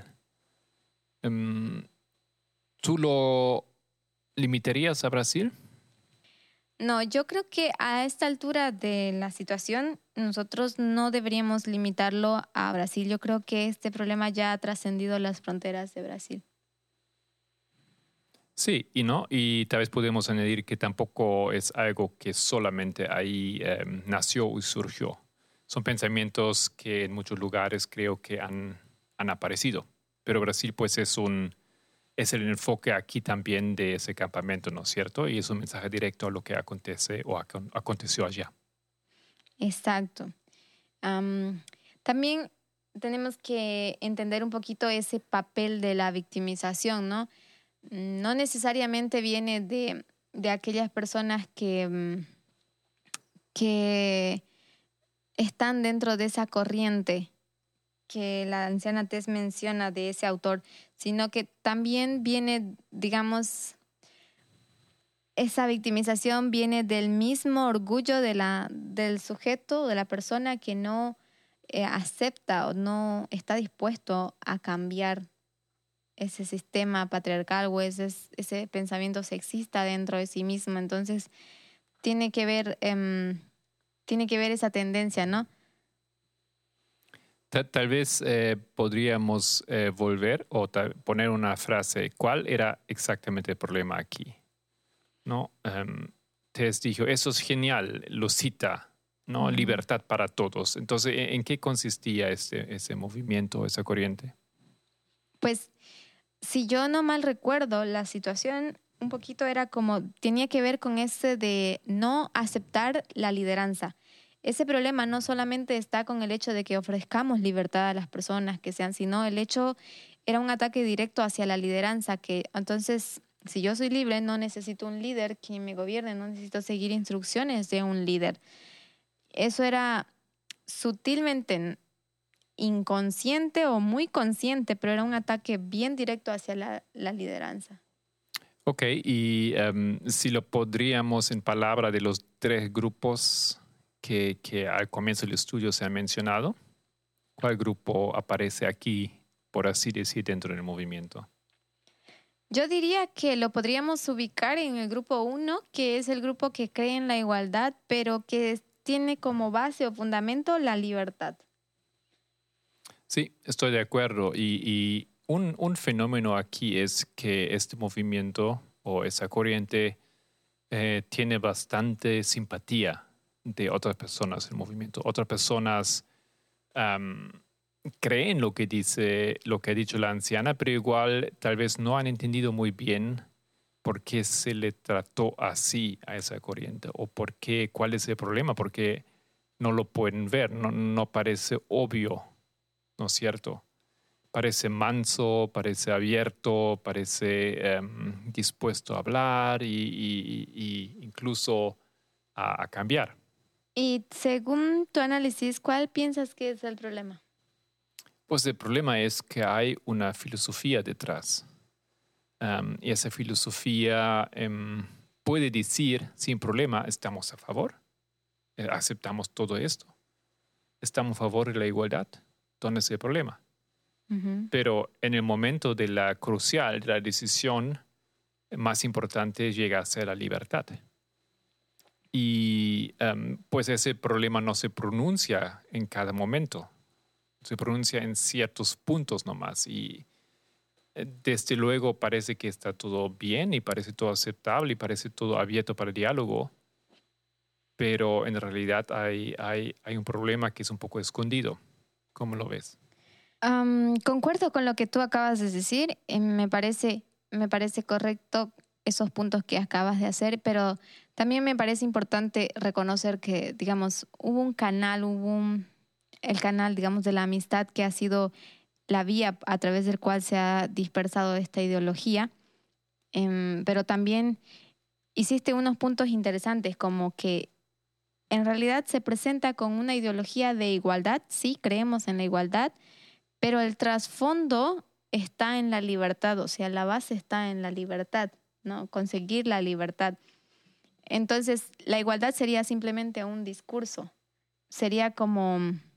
Speaker 3: ¿Tú lo limitarías a Brasil?
Speaker 2: No, yo creo que a esta altura de la situación nosotros no deberíamos limitarlo a Brasil. Yo creo que este problema ya ha trascendido las fronteras de Brasil.
Speaker 3: Sí, y tal vez podemos añadir que tampoco es algo que solamente ahí nació y surgió. Son pensamientos que en muchos lugares creo que han aparecido. Pero Brasil pues es el enfoque aquí también de ese campamento, ¿no es cierto? Y es un mensaje directo a lo que acontece o aconteció allá.
Speaker 2: Exacto. También tenemos que entender un poquito ese papel de la victimización, ¿no? No necesariamente viene de aquellas personas que están dentro de esa corriente que la anciana Tess menciona de ese autor, sino que también viene, digamos, esa victimización viene del mismo orgullo del sujeto, de la persona que no acepta o no está dispuesto a cambiar ese sistema patriarcal o ese pensamiento sexista dentro de sí mismo. Entonces, tiene que ver esa tendencia, ¿no?
Speaker 3: Tal vez podríamos volver o poner una frase. ¿Cuál era exactamente el problema aquí? ¿No? Tess dijo, eso es genial, lo cita, ¿no? Libertad para todos. Entonces, ¿en qué consistía ese movimiento, esa corriente?
Speaker 2: Pues, si yo no mal recuerdo, la situación un poquito era como, tenía que ver con ese de no aceptar la lideranza. Ese problema no solamente está con el hecho de que ofrezcamos libertad a las personas que sean, sino el hecho era un ataque directo hacia la lideranza, que entonces, si yo soy libre, no necesito un líder que me gobierne, no necesito seguir instrucciones de un líder. Eso era sutilmente inconsciente o muy consciente, pero era un ataque bien directo hacia la lideranza.
Speaker 3: Ok, y si lo podríamos en palabra de los 3 grupos que al comienzo del estudio se han mencionado, ¿cuál grupo aparece aquí, por así decir, dentro del movimiento?
Speaker 2: Yo diría que lo podríamos ubicar en el grupo 1, que es el grupo que cree en la igualdad, pero que tiene como base o fundamento la libertad.
Speaker 3: Sí, estoy de acuerdo. Y un fenómeno aquí es que este movimiento o esa corriente tiene bastante simpatía de otras personas en el movimiento. Otras personas creen lo que ha dicho la anciana, pero igual tal vez no han entendido muy bien por qué se le trató así a esa corriente o cuál es el problema, porque no lo pueden ver, no parece obvio, ¿no es cierto? Parece manso, parece abierto, parece dispuesto a hablar y incluso a cambiar.
Speaker 2: Y según tu análisis, ¿cuál piensas que es el problema?
Speaker 3: Pues el problema es que hay una filosofía detrás. Y esa filosofía puede decir sin problema, estamos a favor, aceptamos todo esto, estamos a favor de la igualdad. ¿Dónde es el problema?
Speaker 2: Uh-huh.
Speaker 3: Pero en el momento de la crucial, de la decisión más importante llega a ser la libertad. Y pues ese problema no se pronuncia en cada momento, se pronuncia en ciertos puntos nomás. Y desde luego parece que está todo bien y parece todo aceptable y parece todo abierto para el diálogo, pero en realidad hay un problema que es un poco escondido. ¿Cómo lo ves?
Speaker 2: Concuerdo con lo que tú acabas de decir. Me parece correcto esos puntos que acabas de hacer, pero también me parece importante reconocer que, digamos, hubo un canal, el canal, digamos, de la amistad que ha sido la vía a través del cual se ha dispersado esta ideología, pero también hiciste unos puntos interesantes, como que en realidad se presenta con una ideología de igualdad, sí, creemos en la igualdad, pero el trasfondo está en la libertad, o sea, la base está en la libertad, ¿no? Conseguir la libertad. Entonces, la igualdad sería simplemente un discurso, sería como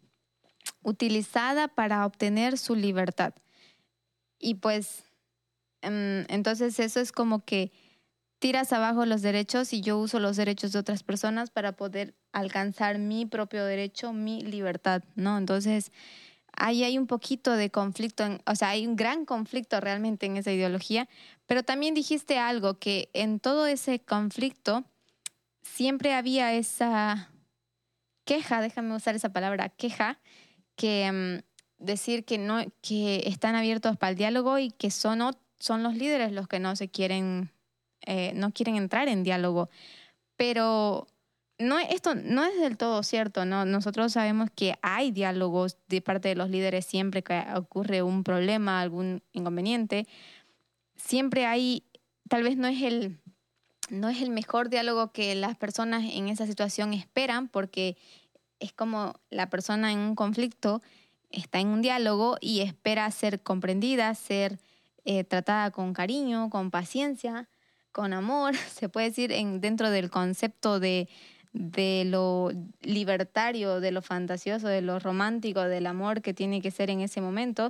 Speaker 2: utilizada para obtener su libertad. Y pues, entonces eso es como que tiras abajo los derechos y yo uso los derechos de otras personas para poder alcanzar mi propio derecho, mi libertad, ¿no? Entonces, ahí hay un poquito de conflicto, o sea, hay un gran conflicto realmente en esa ideología, pero también dijiste algo, que en todo ese conflicto siempre había esa queja, déjame usar esa palabra, queja, que decir que están abiertos para el diálogo y que son los líderes los que no quieren entrar en diálogo. Pero esto no es del todo cierto, ¿no? Nosotros sabemos que hay diálogos de parte de los líderes siempre que ocurre un problema, algún inconveniente. Siempre hay, tal vez no es el mejor diálogo que las personas en esa situación esperan, porque es como la persona en un conflicto está en un diálogo y espera ser comprendida, ser tratada con cariño, con paciencia, con amor, se puede decir dentro del concepto de lo libertario, de lo fantasioso, de lo romántico, del amor que tiene que ser en ese momento.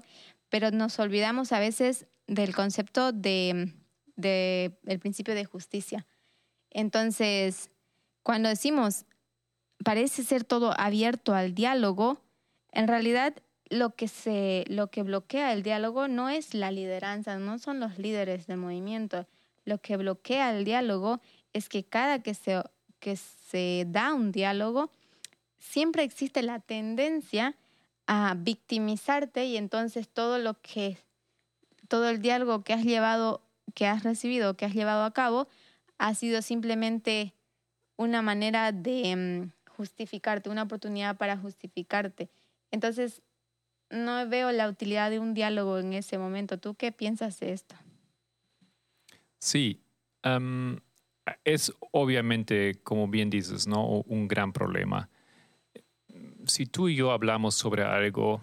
Speaker 2: pero nos olvidamos a veces del concepto de el principio de justicia. Entonces, cuando decimos parece ser todo abierto al diálogo, en realidad lo que bloquea el diálogo no es la lideranza, no son los líderes del movimiento. Lo que bloquea el diálogo es que cada que se da un diálogo, siempre existe la tendencia a victimizarte y entonces todo el diálogo que has recibido, que has llevado a cabo, ha sido simplemente una manera de justificarte, una oportunidad para justificarte. Entonces, no veo la utilidad de un diálogo en ese momento. ¿Tú qué piensas de esto?
Speaker 3: Sí, es obviamente, como bien dices, ¿no? Un gran problema. Si tú y yo hablamos sobre algo,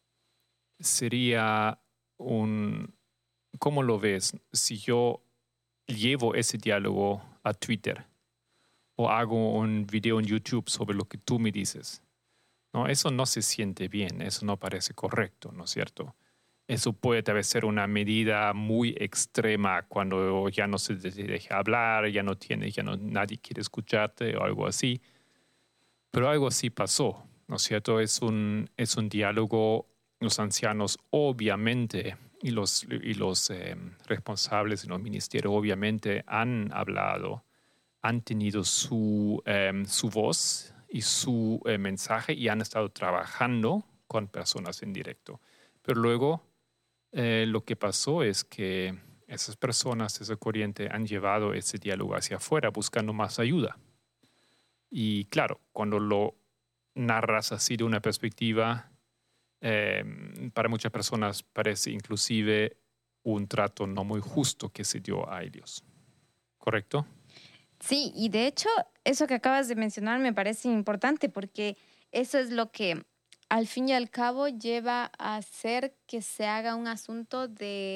Speaker 3: sería ¿cómo lo ves? Si yo llevo ese diálogo a Twitter o hago un video en YouTube sobre lo que tú me dices, ¿no? Eso no se siente bien, eso no parece correcto, ¿no es cierto? Eso puede tal vez ser una medida muy extrema cuando ya no se te deja hablar, nadie quiere escucharte o algo así. Pero algo así pasó, ¿no es cierto? Es un diálogo. Los ancianos obviamente y los responsables en los ministerios obviamente han hablado, han tenido su voz y su mensaje y han estado trabajando con personas en directo. Pero luego lo que pasó es que esas personas, esa corriente, han llevado ese diálogo hacia afuera buscando más ayuda. Y claro, cuando lo narras así de una perspectiva, para muchas personas parece inclusive un trato no muy justo que se dio a ellos. ¿Correcto?
Speaker 2: Sí, y de hecho, eso que acabas de mencionar me parece importante porque eso es lo que al fin y al cabo lleva a hacer que se haga un asunto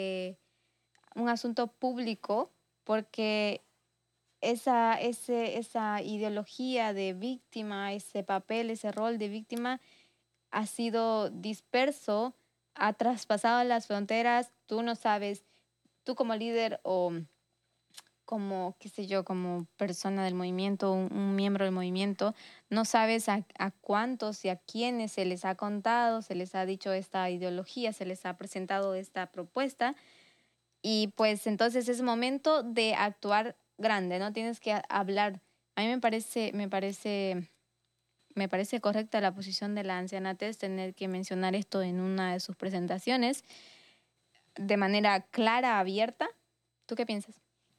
Speaker 2: público, porque esa ideología de víctima, ese papel, ese rol de víctima ha sido disperso, ha traspasado las fronteras. Tú no sabes, tú como líder o como, qué sé yo, como persona del movimiento, un miembro del movimiento, no sabes a cuántos y a quiénes se les ha contado, se les ha dicho esta ideología, se les ha presentado esta propuesta. Y pues entonces es momento de actuar grande, ¿no? Tienes que hablar. A mí me parece correcta la posición de la anciana Tess, tener que mencionar esto en una de sus presentaciones de manera clara, abierta. ¿Tú qué piensas?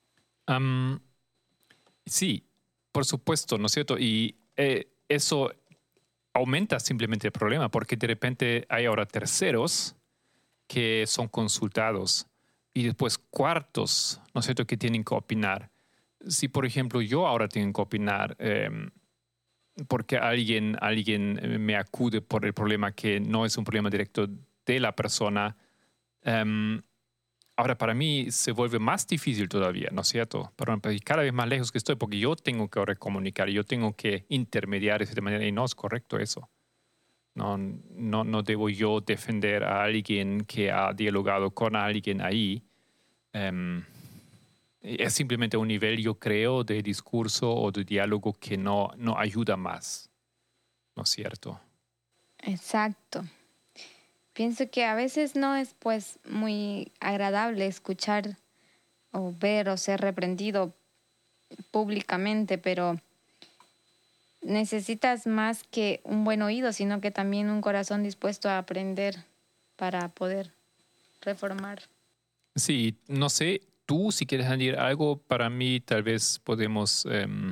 Speaker 3: Sí, por supuesto, ¿no es cierto? Y eso aumenta simplemente el problema porque de repente hay ahora terceros que son consultados y después cuartos, ¿no es cierto?, que tienen que opinar. Si, por ejemplo, yo ahora tengo que opinar porque alguien me acude por el problema que no es un problema directo de la persona, ahora para mí se vuelve más difícil todavía, ¿no es cierto? Pero cada vez más lejos que estoy, porque yo tengo que ahora comunicar, yo tengo que intermediar de manera, y no es correcto eso. No debo yo defender a alguien que ha dialogado con alguien ahí. Es simplemente un nivel, yo creo, de discurso o de diálogo que no ayuda más, ¿no es cierto?
Speaker 2: Exacto. Pienso que a veces no es pues muy agradable escuchar o ver o ser reprendido públicamente, pero necesitas más que un buen oído, sino que también un corazón dispuesto a aprender para poder reformar.
Speaker 3: Sí, no sé, tú si quieres añadir algo, para mí tal vez podemos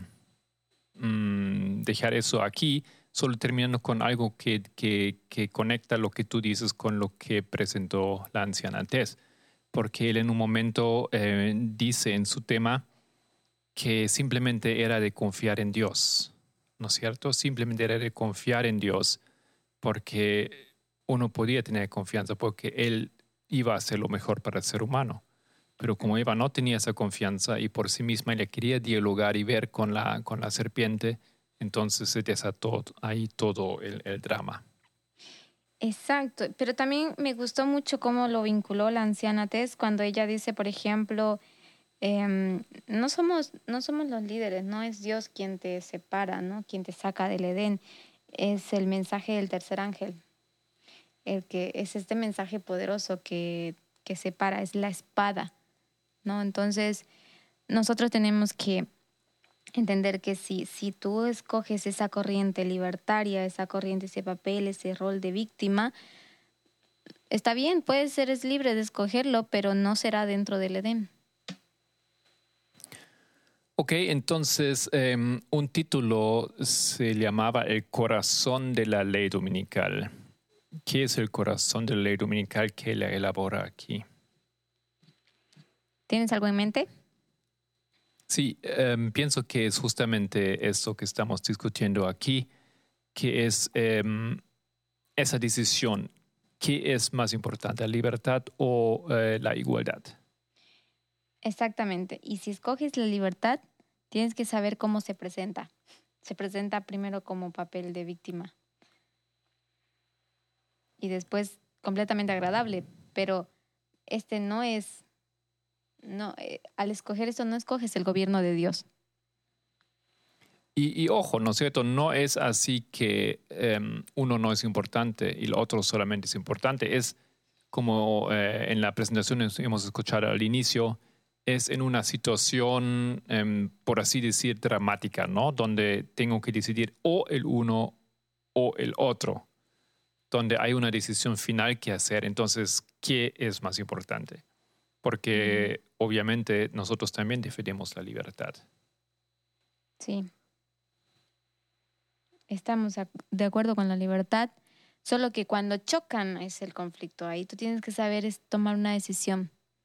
Speaker 3: dejar eso aquí, solo terminando con algo que conecta lo que tú dices con lo que presentó la anciana Tess, porque él en un momento dice en su tema que simplemente era de confiar en Dios, ¿no es cierto? Simplemente era de confiar en Dios porque uno podía tener confianza porque Él iba a hacer lo mejor para el ser humano. Pero como Eva no tenía esa confianza y por sí misma ella quería dialogar y ver con la serpiente, entonces se desató ahí todo el drama.
Speaker 2: Exacto, pero también me gustó mucho cómo lo vinculó la anciana Tess cuando ella dice, por ejemplo, no somos los líderes, no es Dios quien te separa, ¿no? Quien te saca del Edén, es el mensaje del tercer ángel, el que es este mensaje poderoso que separa, es la espada, ¿no? Entonces, nosotros tenemos que entender que si tú escoges esa corriente libertaria, esa corriente, ese papel, ese rol de víctima, está bien, eres libre de escogerlo, pero no será dentro del Edén.
Speaker 3: Ok, entonces un título se llamaba El corazón de la ley dominical. ¿Qué es el corazón de la ley dominical que la elabora aquí?
Speaker 2: ¿Tienes algo en mente?
Speaker 3: Sí, pienso que es justamente esto que estamos discutiendo aquí, que es esa decisión. ¿Qué es más importante, la libertad o la igualdad?
Speaker 2: Exactamente. Y si escoges la libertad, tienes que saber cómo se presenta. Se presenta primero como papel de víctima. Y después completamente agradable. Pero al escoger eso no escoges el gobierno de Dios.
Speaker 3: Y ojo, ¿no es cierto? No es así que uno no es importante y el otro solamente es importante. Es como en la presentación hemos escuchado al inicio, es en una situación, por así decir, dramática, ¿no? Donde tengo que decidir o el uno o el otro, donde hay una decisión final que hacer. Entonces, ¿qué es más importante? Porque obviamente nosotros también defendemos la libertad.
Speaker 2: Sí. Estamos de acuerdo con la libertad, solo que cuando chocan es el conflicto. Ahí tú tienes que saber tomar una decisión.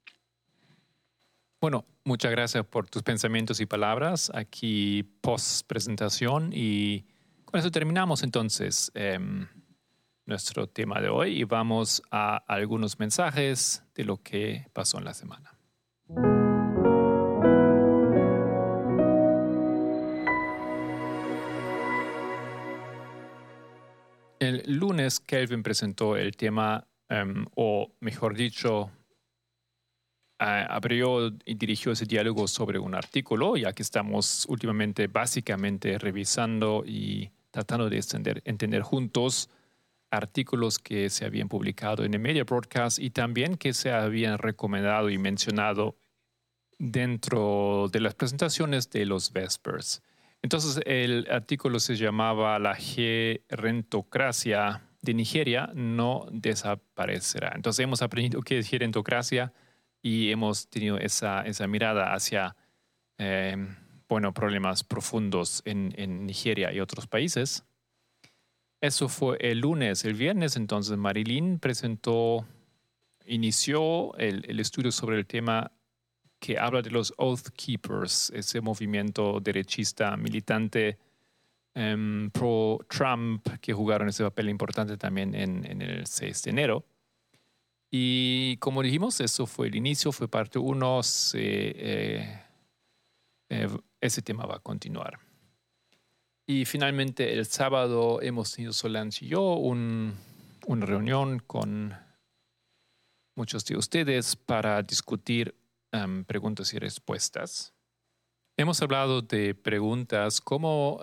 Speaker 3: Bueno, muchas gracias por tus pensamientos y palabras aquí post presentación y con eso terminamos entonces nuestro tema de hoy y vamos a algunos mensajes de lo que pasó en la semana. El lunes Kelvin presentó el tema, o mejor dicho, abrió y dirigió ese diálogo sobre un artículo, ya que estamos últimamente básicamente revisando y tratando de entender juntos artículos que se habían publicado en el Media Broadcast y también que se habían recomendado y mencionado dentro de las presentaciones de los Vespers. Entonces, el artículo se llamaba La gerontocracia de Nigeria no desaparecerá. Entonces, hemos aprendido qué es gerontocracia y hemos tenido esa mirada hacia problemas profundos en Nigeria y otros países. Eso fue el lunes. El viernes, entonces, Marilyn inició el estudio sobre el tema que habla de los Oath Keepers, ese movimiento derechista militante pro-Trump que jugaron ese papel importante también en el 6 de enero. Y como dijimos, eso fue el inicio, fue parte 1, ese tema va a continuar. Y finalmente el sábado hemos tenido Solange y yo una reunión con muchos de ustedes para discutir preguntas y respuestas. Hemos hablado de preguntas como,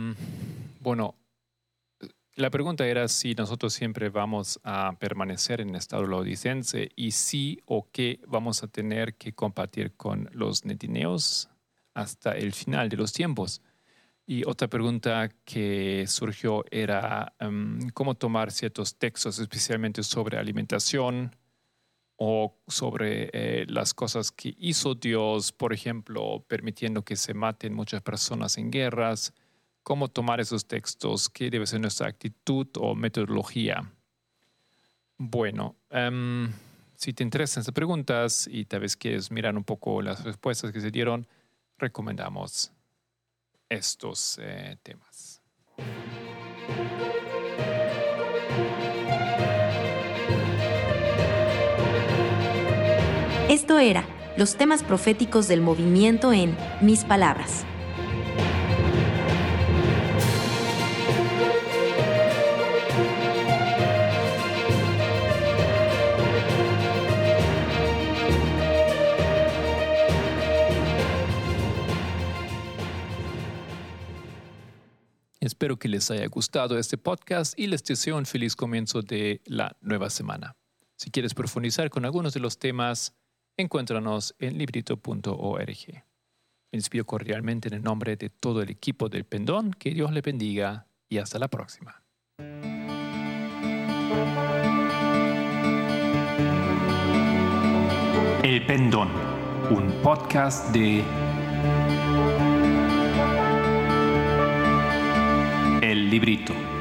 Speaker 3: la pregunta era si nosotros siempre vamos a permanecer en el estado laodicense y si o qué vamos a tener que compartir con los netineos hasta el final de los tiempos. Y otra pregunta que surgió era cómo tomar ciertos textos, especialmente sobre alimentación o sobre las cosas que hizo Dios, por ejemplo, permitiendo que se maten muchas personas en guerras. ¿Cómo tomar esos textos? ¿Qué debe ser nuestra actitud o metodología? Bueno, si te interesan estas preguntas y tal vez quieres mirar un poco las respuestas que se dieron, recomendamos estos temas.
Speaker 4: Esto era los temas proféticos del movimiento en Mis Palabras.
Speaker 3: Espero que les haya gustado este podcast y les deseo un feliz comienzo de la nueva semana. Si quieres profundizar con algunos de los temas, encuéntranos en librito.org. Me despido cordialmente en el nombre de todo el equipo del Pendón. Que Dios le bendiga y hasta la próxima.
Speaker 1: El Pendón, un podcast de El Librito.